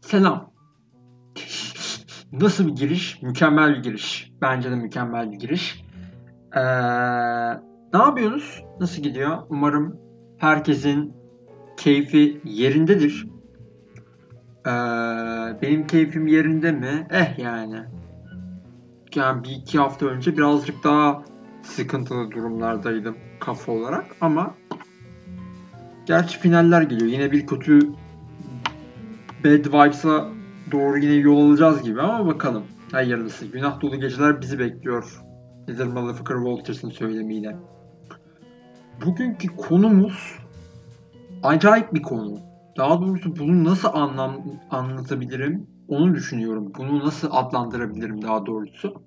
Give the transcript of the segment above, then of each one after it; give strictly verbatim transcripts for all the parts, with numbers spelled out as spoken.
Selam. Nasıl bir giriş? Mükemmel bir giriş. Bence de mükemmel bir giriş. Ee, Ne yapıyorsunuz? Nasıl gidiyor? Umarım herkesin keyfi yerindedir. Ee, Benim keyfim yerinde mi? Eh yani. Yani bir iki hafta önce birazcık daha sıkıntılı durumlardaydım kafa olarak. Ama gerçi finaller geliyor. Yine bir kötü bad vibes'a doğru yine yol alacağız gibi ama bakalım. Hayırlısı. Günah dolu geceler bizi bekliyor. Nedir Motherfucker Walters'ın söylemiyle. Bugünkü konumuz acayip bir konu. Daha doğrusu bunu nasıl anlam anlatabilirim onu düşünüyorum. Bunu nasıl adlandırabilirim daha doğrusu.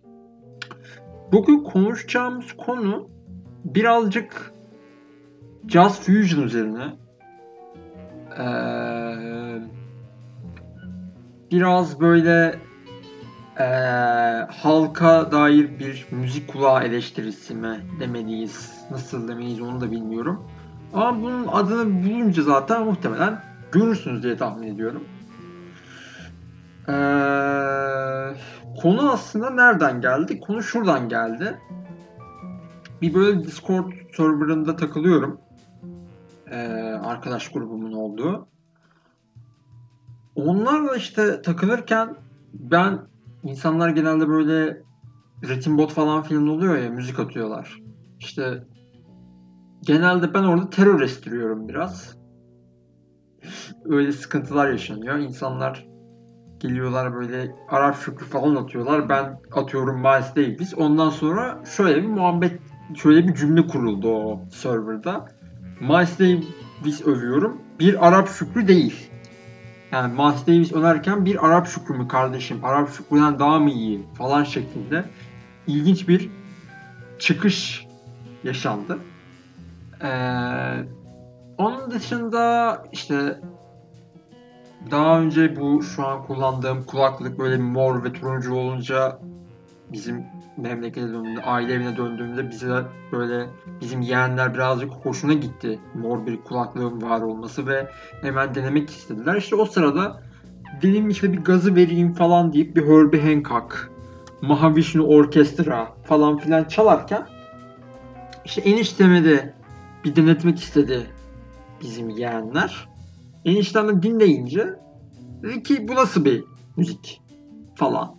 Bugün konuşacağımız konu birazcık Jazz Fusion üzerine. Ee, biraz böyle Ee, halka dair bir müzik kulağı eleştirisi mi demeliyiz, nasıl demeliyiz onu da bilmiyorum. Ama bunun adını bulunca zaten muhtemelen görürsünüz diye tahmin ediyorum. Ee, Konu aslında nereden geldi? Konu şuradan geldi. Bir böyle Discord serverında takılıyorum. Ee, Arkadaş grubumun olduğu. Onlarla işte takılırken ben insanlar genelde böyle ritim bot falan filan oluyor ya, müzik atıyorlar. İşte genelde ben orada terör estiriyorum biraz. Öyle sıkıntılar yaşanıyor. İnsanlar geliyorlar böyle Arap Şükrü falan atıyorlar. Ben atıyorum Miles Davis. Ondan sonra şöyle bir muhabbet, şöyle bir cümle kuruldu o serverda. Miles Davis övüyorum. Bir Arap Şükrü değil. Yani Miles Davis önerken bir Arap Şükrü mü kardeşim? Arap Şükrü'den daha mı iyi? Falan şeklinde ilginç bir çıkış yaşandı. Ee, Onun dışında işte daha önce bu şu an kullandığım kulaklık böyle mor ve turuncu olunca bizim memlekete döndüğümde, aile evine döndüğümde bize böyle bizim yeğenler birazcık hoşuna gitti mor bir kulaklığın var olması ve hemen denemek istediler. İşte o sırada dedim işte bir gazı vereyim falan deyip bir Herbie Hancock, Mahavishnu Orkestra falan filan çalarken işte enişteme de bir denetmek istedi bizim yeğenler. Eniştem de dinleyince dedi ki bu nasıl bir müzik falan.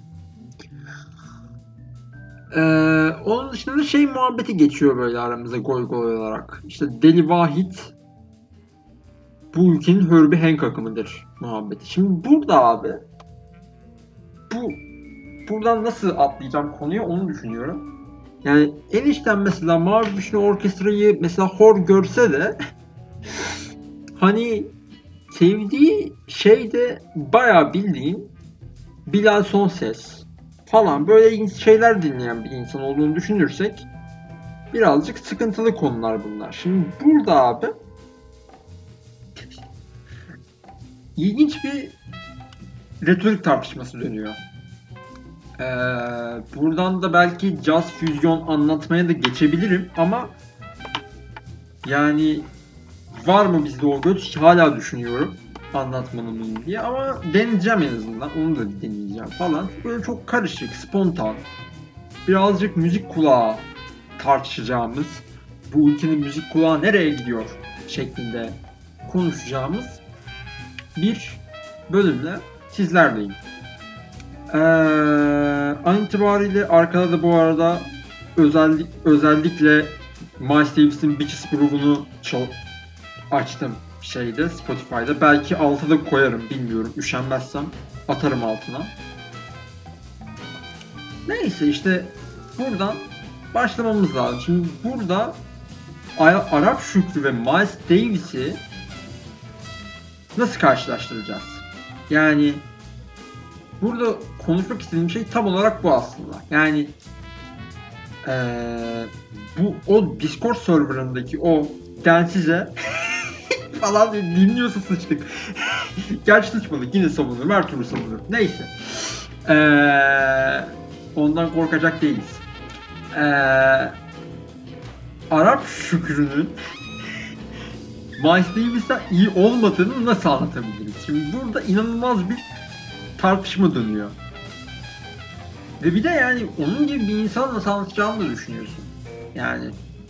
Ee, Onun dışında da şey muhabbeti geçiyor böyle aramızda goy goy olarak. İşte Deli Vahit bu ülkenin Herbie Hancock'ı mıdır muhabbeti. Şimdi burada abi bu buradan nasıl atlayacağım konuya onu düşünüyorum. Yani enişten mesela Mavi Vişne Orkestra'yı mesela hor görse de hani sevdiği şey de bayağı bildiğin Bilal Sonses falan böyle şeyler dinleyen bir insan olduğunu düşünürsek birazcık sıkıntılı konular bunlar. Şimdi burada abi ilginç bir retorik tartışması dönüyor. Ee, Buradan da belki jazz füzyon anlatmaya da geçebilirim ama yani var mı bizde o göç hala düşünüyorum anlatmalı mıyım diye ama deneyeceğim en azından onu da deneyeceğim falan. Böyle çok karışık, spontan, birazcık müzik kulağı tartışacağımız, bu ülkenin müzik kulağı nereye gidiyor şeklinde konuşacağımız bir bölümle sizlerleyim. Ee, An itibariyle arkada da bu arada özellik, özellikle Miles Davis'in Bitches grubunu çal açtım şeyde Spotify'da. Belki alta da koyarım bilmiyorum. Üşenmezsem atarım altına. Neyse işte buradan başlamamız lazım. Şimdi burada Arap Şükrü ve Miles Davis'i nasıl karşılaştıracağız? Yani burada konuşmak istediğim şey tam olarak bu aslında. Yani ee, bu o Discord serverındaki o densize falan dinliyorsa sıçtık. Gerçi sıçmadık, yine savunurum, her türlü savunurum. Neyse. Ee, ondan korkacak değiliz. Ee, Arap Şükrü'nün Miles Davis'ten iyi olmadığını nasıl anlatabiliriz? Şimdi burada inanılmaz bir tartışma dönüyor. Ve bir de yani onun gibi bir insan nasıl anlatacağını da düşünüyorsun. Yani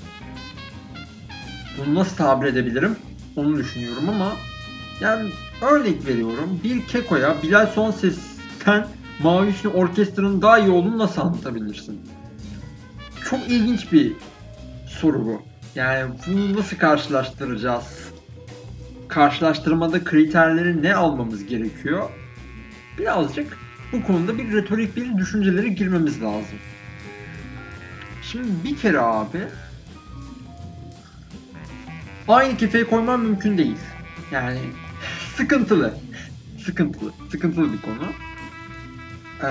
bunu nasıl tabir edebilirim onu düşünüyorum ama yani örnek veriyorum, bir kekoya Bilal Sonses'ten Mavi Hüsnü Orkestra'nın daha iyi olduğunu nasıl anlatabilirsin? Çok ilginç bir soru bu. Yani bunu nasıl karşılaştıracağız? Karşılaştırmada kriterleri ne almamız gerekiyor? Birazcık bu konuda bir retorik bir düşüncelere girmemiz lazım. Şimdi bir kere abi aynı kefeye koymam mümkün değil. Yani sıkıntılı. Sıkıntılı. Sıkıntılı bir konu. Ee,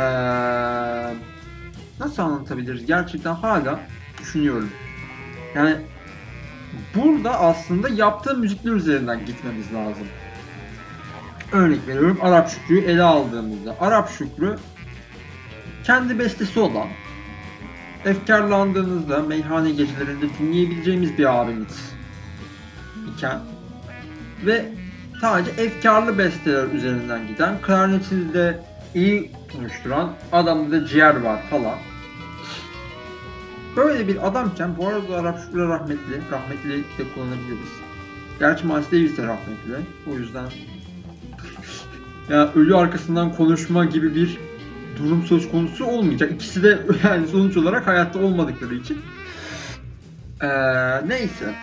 nasıl anlatabiliriz? Gerçekten hala düşünüyorum. Yani burada aslında yaptığı müzikler üzerinden gitmemiz lazım. Örnek veriyorum, Arap Şükrü'yü ele aldığımızda. Arap Şükrü kendi bestesi olan, efkarlandığınızda meyhane gecelerinde dinleyebileceğimiz bir abimiz iken ve sadece efkarlı besteler üzerinden giden, klarnetini de iyi konuşturan, adamda da ciğer var falan. Böyle bir adamken, bu arada Arap Şükrü rahmetli, rahmetli de kullanabiliriz. Gerçi Miles Davis de rahmetli, o yüzden ya ölü arkasından konuşma gibi bir durum söz konusu olmayacak. İkisi de yani sonuç olarak hayatta olmadıkları için. Ee, neyse.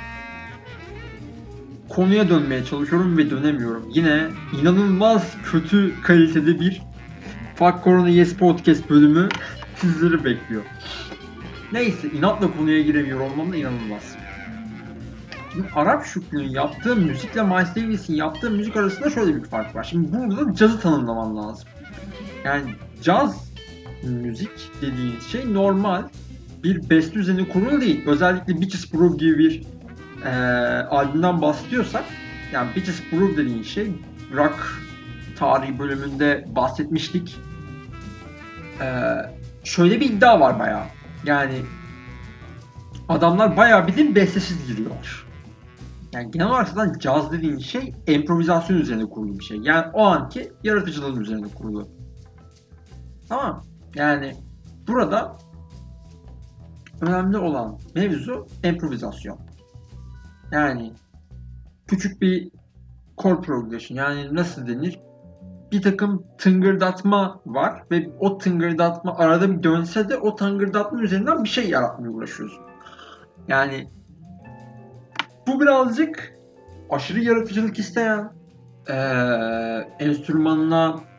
Konuya dönmeye çalışıyorum ve dönemiyorum. Yine inanılmaz kötü kalitede bir Fuck Corona Yes Podcast bölümü sizleri bekliyor. Neyse, inatla konuya giremiyor olmam da inanılmaz. Şimdi Arap Şükrü'nün yaptığı müzikle Miles Davis'in yaptığı müzik arasında şöyle bir fark var. Şimdi burada cazı tanımlaman lazım. Yani caz müzik dediğin şey normal bir beste üzerine kurulu değil. Özellikle Bitches Brew gibi bir e, albümden bahsediyorsak, yani Bitches Brew dediğin şey rock tarihi bölümünde bahsetmiştik. E, şöyle bir iddia var bayağı. Yani adamlar bayağı bildiğin bestesiz giriyorlar. Yani genel olarak zaten caz dediğin şey improvizasyon üzerine kurulu bir şey. Yani o anki yaratıcılığın üzerine kurulu. Tamam. Yani burada önemli olan mevzu improvizasyon. Yani küçük bir chord progression, yani nasıl denir? Bir takım tıngırdatma var ve o tıngırdatma arada bir dönse de o tıngırdatma üzerinden bir şey yaratmaya uğraşıyorsun. Yani bu birazcık aşırı yaratıcılık isteyen, ee, enstrümanına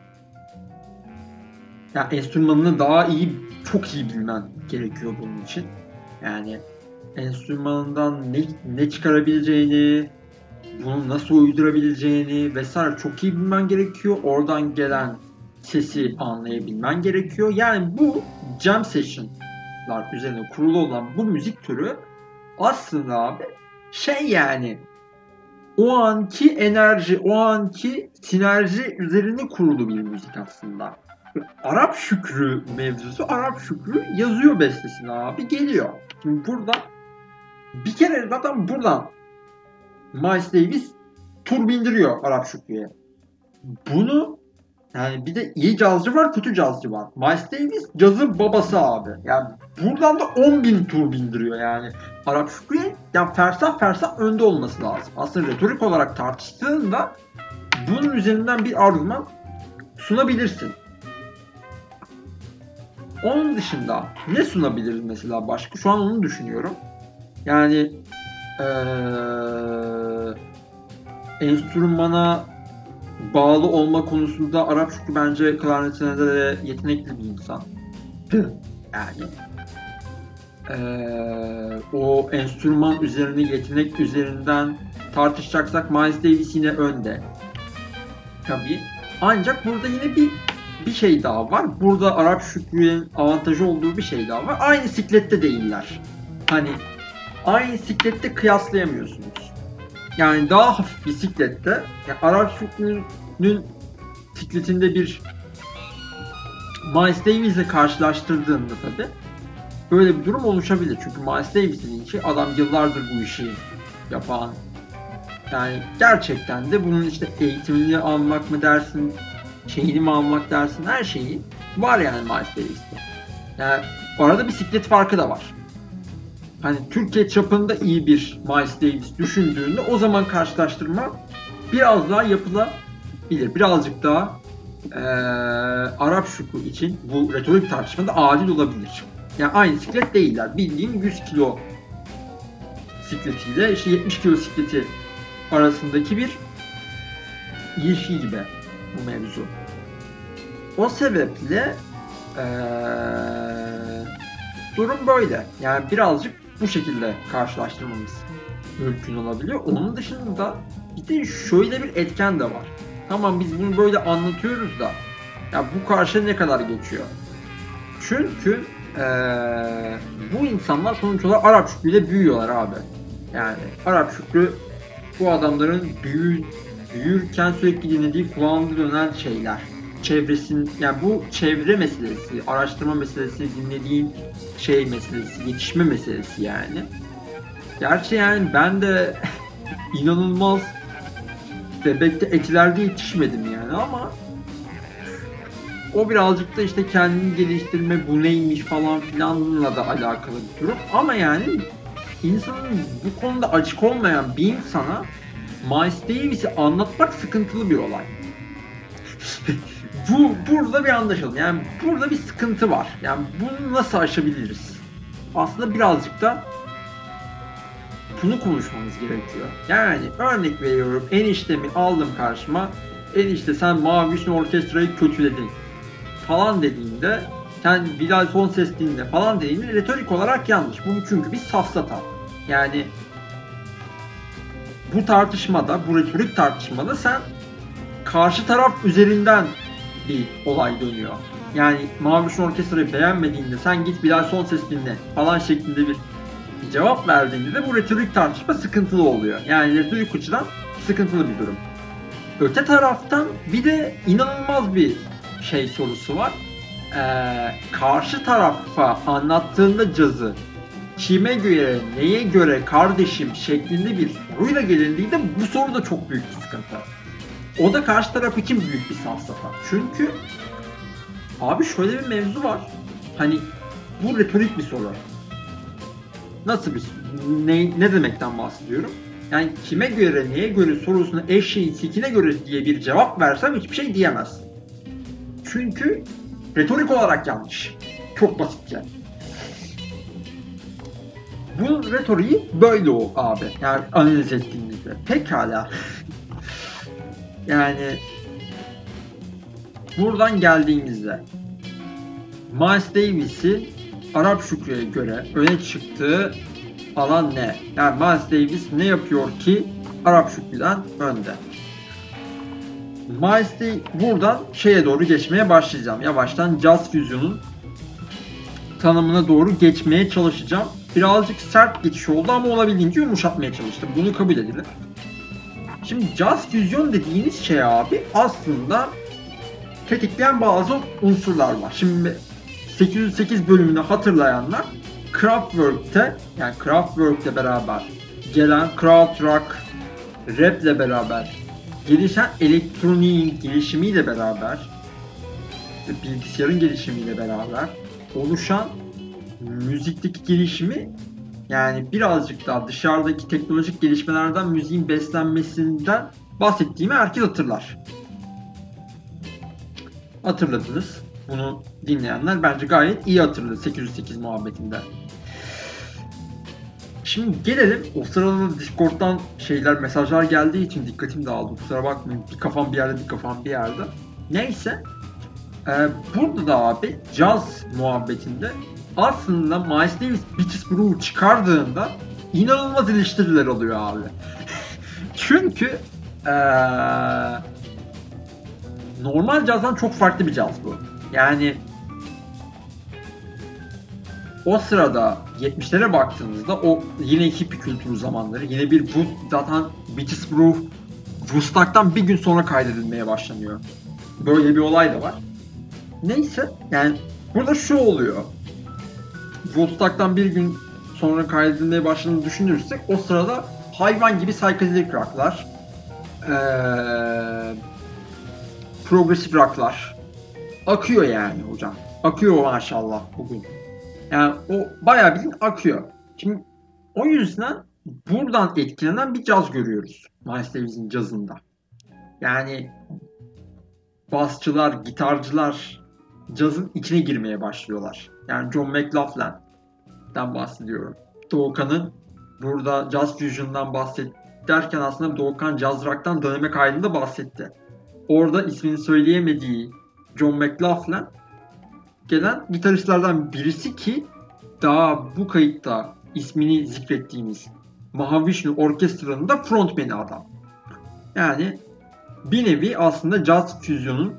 yani enstrümanını daha iyi, çok iyi bilmen gerekiyor bunun için. Yani enstrümanından ne, ne çıkarabileceğini, bunu nasıl uydurabileceğini vesaire çok iyi bilmen gerekiyor. Oradan gelen sesi anlayabilmen gerekiyor. Yani bu jam session'lar üzerine kurulu olan bu müzik türü aslında abi şey, yani o anki enerji, o anki sinerji üzerine kurulu bir müzik aslında. Arap Şükrü mevzusu, Arap Şükrü yazıyor bestesini abi, geliyor. Şimdi burada bir kere zaten buradan Miles Davis tur bindiriyor Arap Şükrü'ye. Bunu yani bir de iyi cazcı var, kötü cazcı var. Miles Davis cazın babası abi. Yani buradan da on bin tur bindiriyor yani. Arap Şükrü'ye yani fersah fersah önde olması lazım. Aslında retorik olarak tartıştığında bunun üzerinden bir argüman sunabilirsin. Onun dışında ne sunabiliriz mesela başka? Şu an onu düşünüyorum. Yani ee, enstrümana bağlı olma konusunda Arap Şükrü bence klarnetine de yetenekli bir insan. Yani ee, o enstrüman üzerine, yetenek üzerinden tartışacaksak Miles Davis yine önde. Tabii. Ancak burada yine bir bir şey daha var. Burada Arap Şükrü'nün avantajı olduğu bir şey daha var. Aynı siklette değiller. Hani aynı siklette kıyaslayamıyorsunuz. Yani daha hafif bir siklette, yani Arap Şükrü'nün sikletinde bir Miles Davis'le karşılaştırdığında tabii böyle bir durum oluşabilir. Çünkü Miles Davis dediğin şey adam yıllardır bu işi yapan, Yani gerçekten de bunun işte eğitimini almak mı dersin, şeyini mi almak dersin, her şeyi var yani Miles Davis'te. Yani arada bisiklet farkı da var. Hani Türkiye çapında iyi bir Miles Davis düşündüğünde o zaman karşılaştırma biraz daha yapılabilir. Birazcık daha ee, Arap Şükrü için bu retorik tartışmada adil olabilir. Yani aynı siklet değiller. Bildiğin yüz kilo sikletiyle işte yetmiş kilo sikleti arasındaki bir ilişki gibi bu mevzu. O sebeple ee, durum böyle. Yani birazcık bu şekilde karşılaştırmamız mümkün olabiliyor. Onun dışında bir de şöyle bir etken de var. Tamam biz bunu böyle anlatıyoruz da ya bu karşı ne kadar geçiyor? Çünkü ee, bu insanlar sonuç olarak Arap Şükrü'yle büyüyorlar abi. Yani Arap Şükrü bu adamların büyü, büyürken sürekli dinlediği kulağında dönen şeyler. Çevresin, yani bu çevre meselesi, araştırma meselesi, dinlediğin şey meselesi, yetişme meselesi yani. Gerçi yani ben de inanılmaz bebekte etilerde yetişmedim yani ama o birazcık da işte kendini geliştirme, bu neymiş falan filanla da alakalı bir durum. Ama yani insanın bu konuda açık olmayan bir insana Miles Davis'i anlatmak sıkıntılı bir olay. bu burada bir anlaşalım. Yani burada bir sıkıntı var. Yani bunu nasıl aşabiliriz? Aslında birazcık da bunu konuşmamız gerekiyor. Yani örnek veriyorum, eniştemi aldım karşıma. Enişte sen Mavi Vişne Orkestra'yı kötüledin falan dediğinde, sen Bilal Sonses dinle falan dediğinde retorik olarak yanlış. Bu çünkü bir safsata. Yani bu tartışmada, bu retorik tartışmada sen karşı taraf üzerinden bir olay dönüyor. Yani Mavi Vişne Orkestra'yı beğenmediğinde sen git Bilal Sonses dinle falan şeklinde bir cevap verdiğinde de bu retorik tartışma sıkıntılı oluyor. Yani retorik açıdan sıkıntılı bir durum. Öte taraftan bir de inanılmaz bir şey sorusu var. Ee, karşı tarafa anlattığında cazı kime göre, neye göre kardeşim şeklinde bir soruyla gelindiğinde bu soru da çok büyük bir sıkıntı. O da karşı taraf için büyük bir safsata. Çünkü abi şöyle bir mevzu var. Hani bu retorik bir soru. Nasıl bir ne, ne demekten bahsediyorum? Yani kime göre, neye göre sorusuna eşeğin sikine göre diye bir cevap versem hiçbir şey diyemez. Çünkü retorik olarak yanlış. Çok basitçe. Bu retoriği böyle o abi. Yani analiz ettiğimizde. Pekala. Yani buradan geldiğimizde Miles Davis'i Arap Şükrü'ye göre öne çıktığı alan ne? Yani Miles Davis ne yapıyor ki Arap Şükrü'den önde? Miles Davis, buradan şeye doğru geçmeye başlayacağım. Yavaştan Jazz Fusion'un tanımına doğru geçmeye çalışacağım. Birazcık sert geçiş oldu ama olabildiğince yumuşatmaya çalıştım. Bunu kabul edilir. Şimdi Jazz Fusion dediğiniz şey abi aslında tetikleyen bazı unsurlar var. Şimdi sekiz yüz sekiz bölümünü hatırlayanlar Kraftwerk'te, yani Kraftwerk'le beraber gelen krautrock, rap'le beraber gelişen elektroniğin gelişimiyle beraber, bilgisayarın gelişimiyle beraber oluşan müzikteki gelişimi, yani birazcık daha dışarıdaki teknolojik gelişmelerden müziğin beslenmesinden bahsettiğimi herkes hatırlar. Hatırladınız. Bunu dinleyenler bence gayet iyi hatırladı sekiz yüz sekiz muhabbetinde. Şimdi gelelim, o sırada Discord'dan şeyler, mesajlar geldiği için dikkatim dağıldı. Kusura bakmayın, bir kafam bir yerde bir kafam bir yerde. Neyse. Ee, burada da abi caz muhabbetinde aslında Miles Davis Beaches Brew çıkardığında inanılmaz eleştiriler oluyor abi. Çünkü ee, normal cazdan çok farklı bir caz bu. Yani o sırada yetmişlere baktığınızda o yine hippie kültürü zamanları, yine bir bu zaten Beaches Brew Woodstock'tan bir gün sonra kaydedilmeye başlanıyor. Böyle bir olay da var. Neyse, yani burada şu oluyor. Woodstock'tan bir gün sonra kaydedilmeye başladığını düşünürsek o sırada hayvan gibi psychedelic rock'lar, ee, progressive rock'lar akıyor yani hocam. Akıyor maşallah bugün. Yani o bayağı bildiğin akıyor. Şimdi o yüzden buradan etkilenen bir caz görüyoruz Miles Davis'in cazında. Yani basçılar, gitarcılar cazın içine girmeye başlıyorlar. Yani John McLaughlin'den bahsediyorum. Doğukan'ın burada Jazz Fusion'dan bahsederken aslında Doğukan Jazz Rock'tan döneme kaydında bahsetti. Orada ismini söyleyemediği John McLaughlin gelen gitaristlerden birisi ki daha bu kayıtta ismini zikrettiğimiz Mahavishnu Orkestra'nın da frontmeni adam. Yani bir nevi aslında Jazz Fusion'un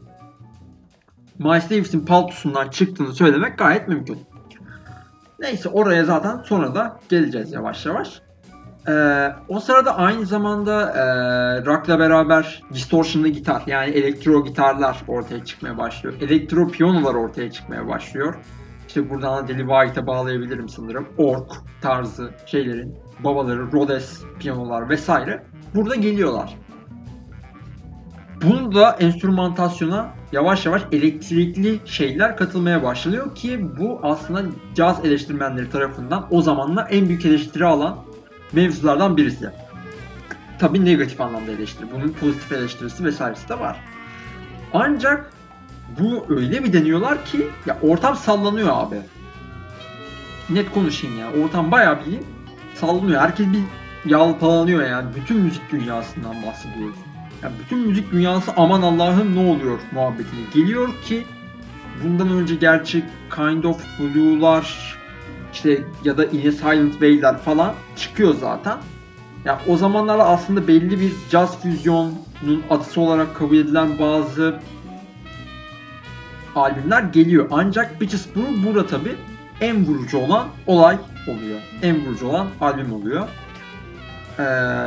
Miles Davis'in paltosundan çıktığını söylemek gayet mümkün. Neyse oraya zaten sonra da geleceğiz yavaş yavaş. Ee, o sırada aynı zamanda e, rock'la beraber distortion'lı gitar yani elektro gitarlar ortaya çıkmaya başlıyor. Elektro piyanolar ortaya çıkmaya başlıyor. İşte buradan Deli White'a bağlayabilirim sanırım. Org tarzı şeylerin babaları, Rhodes piyanolar vesaire burada geliyorlar. Bunu da enstrümantasyona yavaş yavaş elektrikli şeyler katılmaya başlıyor ki bu aslında caz eleştirmenleri tarafından o zamanlar en büyük eleştiri alan mevzulardan birisi. Tabii negatif anlamda eleştiri. Bunun pozitif eleştirisi vesairesi de var. Ancak bu öyle bir deniyorlar ki ya ortam sallanıyor abi. Net konuşayım ya. Ortam bayağı bir sallanıyor. Herkes bir yalpalanıyor yani. Bütün müzik dünyasından bahsediyoruz. Yani bütün müzik dünyası aman Allah'ım ne oluyor muhabbetine geliyor ki bundan önce gerçi Kind of Blue'lar işte ya da In a Silent Way'ler falan çıkıyor zaten. Yani o zamanlarda aslında belli bir jazz füzyonunun adısı olarak kabul edilen bazı albümler geliyor. Ancak Bitches Brew burada tabii en vurucu olan olay oluyor. En vurucu olan albüm oluyor. Ee,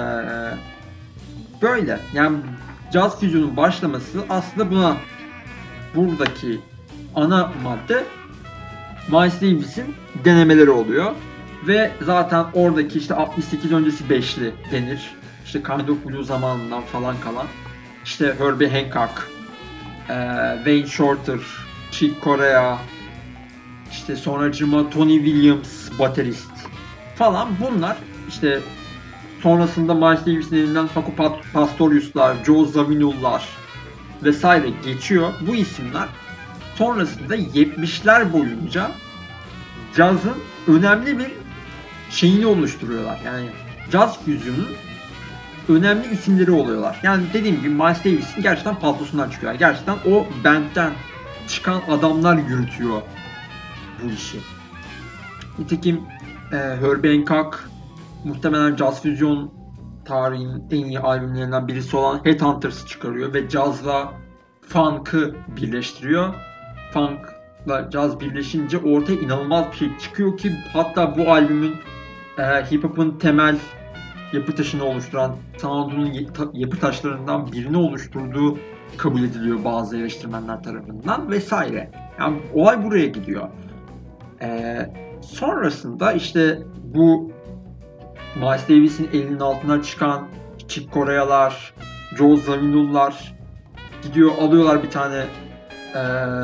böyle. Yani jazz füzyonun başlaması aslında buna buradaki ana madde Miles Davis'in denemeleri oluyor. Ve zaten oradaki işte altmış sekiz öncesi beşli denir. İşte Kind of Blue zamanından falan kalan. İşte Herbie Hancock, Wayne Shorter, Chick Corea, işte sonracıma Tony Williams baterist falan bunlar işte sonrasında Miles Davis'in elinden Jaco Pastorius'lar, Joe Zawinul'lar vesaire geçiyor. Bu isimler sonrasında yetmişler boyunca cazın önemli bir şeyini oluşturuyorlar. Yani caz füzyonunun önemli isimleri oluyorlar. Yani dediğim gibi Miles Davis'in gerçekten paltosundan çıkıyor. Yani gerçekten o band'den çıkan adamlar yürütüyor bu işi. Nitekim e, Herbie Hancock muhtemelen caz füzyon tarihinin en iyi albümlerinden birisi olan Headhunters'ı çıkarıyor ve cazla funk'ı birleştiriyor. Funk'la caz birleşince ortaya inanılmaz bir şey çıkıyor ki hatta bu albümün e, hip hop'un temel yapı taşını oluşturan sound'unun yapı taşlarından birini oluşturduğu kabul ediliyor bazı eleştirmenler tarafından vesaire. Yani olay buraya gidiyor. Ee, sonrasında işte bu Miles Davis'in elinin altına çıkan Chick Corea'lar, Joe Zawinul'lar gidiyor alıyorlar bir tane ee,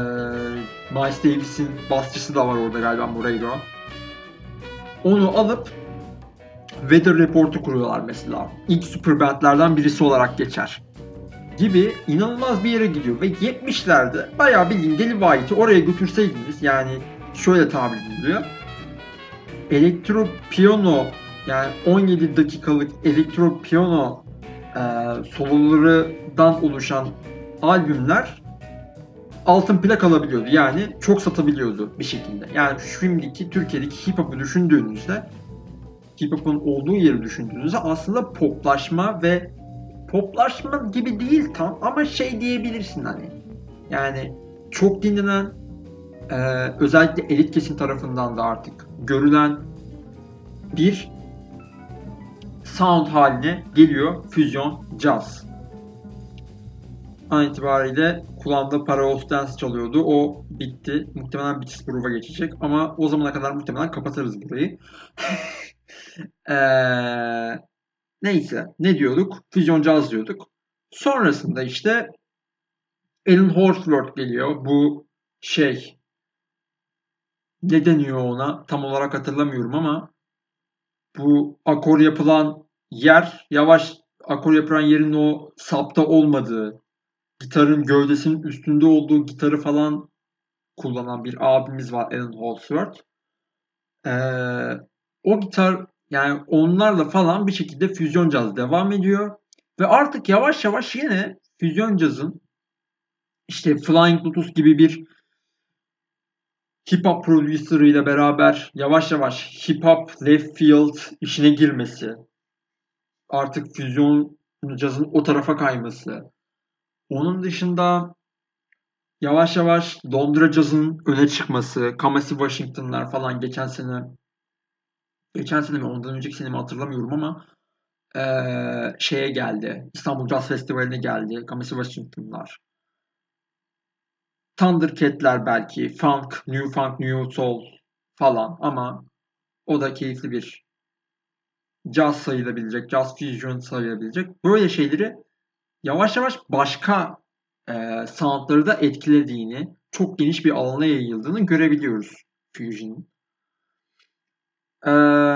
Miles Davis'in basçısı da var orada galiba Moreiro. Onu alıp Weather Report'u kuruyorlar mesela. İlk superbandlerden birisi olarak geçer. Gibi inanılmaz bir yere gidiyor ve yetmişlerde bayağı bildiğin Deli White'i oraya götürseydiniz yani şöyle tabir ediliyor. Elektro piyano yani on yedi dakikalık elektro piyano e, sololarından oluşan albümler altın plak alabiliyordu. Yani çok satabiliyordu bir şekilde. Yani şimdiki Türkiye'deki hip hop'u düşündüğünüzde hip hop'un olduğu yeri düşündüğünüzde aslında poplaşma ve poplaşma gibi değil tam ama şey diyebilirsin hani. Yani çok dinlenen e, özellikle elit kesim tarafından da artık görülen bir sound haline geliyor füzyon caz. An itibariyle kulağımda Parahouse Dance çalıyordu. O bitti. Muhtemelen Bitches Brew'a geçecek ama o zamana kadar muhtemelen kapatırız burayı. Eee Neyse ne diyorduk? Füzyon caz diyorduk. Sonrasında işte Alan Horsworth geliyor. Bu şey ne deniyor ona? Tam olarak hatırlamıyorum ama bu akor yapılan yer yavaş akor yapılan yerin o sapta olmadığı, gitarın gövdesinin üstünde olduğu gitarı falan kullanan bir abimiz var Alan Holdsworth. Ee, O gitar yani onlarla falan bir şekilde füzyon caz devam ediyor. Ve artık yavaş yavaş yine füzyon cazın işte Flying Lotus gibi bir hip hop producer ile beraber yavaş yavaş hip hop left field işine girmesi, artık füzyon cazın o tarafa kayması. Onun dışında yavaş yavaş Londra cazının öne çıkması, Kamasi Washington'lar falan geçen sene geçen sene mi ondan önceki sene mi hatırlamıyorum ama eee, şeye geldi. İstanbul Jazz Festivali'ne geldi. Kamasi Washington'lar. Thundercat'ler belki. Funk, New Funk, New Soul falan ama o da keyifli bir caz sayılabilecek, caz fusion sayılabilecek. Böyle şeyleri yavaş yavaş başka e, soundları da etkilediğini, çok geniş bir alana yayıldığını görebiliyoruz Fusion'ın. Ee,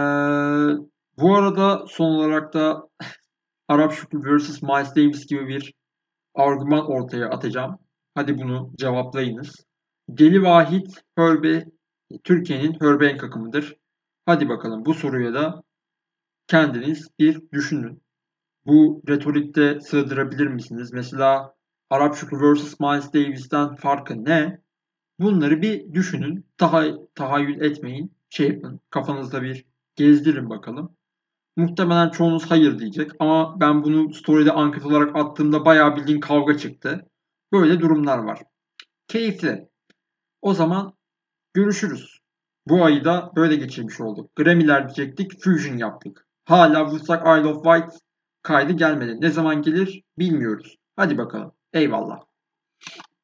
Bu arada son olarak da Arap Şükrü versus. Miles Davis gibi bir argüman ortaya atacağım. Hadi bunu cevaplayınız. Deli Vahit Hörbe Türkiye'nin Hörbenk akımıdır. Hadi bakalım bu soruya da kendiniz bir düşünün. Bu retorikte sığdırabilir misiniz? Mesela Arap Şükrü versus. Miles Davis'ten farkı ne? Bunları bir düşünün. Tahay tahayyül etmeyin. Şey yapın. Kafanızda bir gezdirin bakalım. Muhtemelen çoğunuz hayır diyecek ama ben bunu story'de anket olarak attığımda bayağı bildiğin kavga çıktı. Böyle durumlar var. Keyifli. O zaman görüşürüz. Bu ayı da böyle geçirmiş olduk. Grammy'ler diyecektik, Fusion yaptık. Hala Woodstock Isle of Wight kaydı gelmedi. Ne zaman gelir bilmiyoruz. Hadi bakalım. Eyvallah.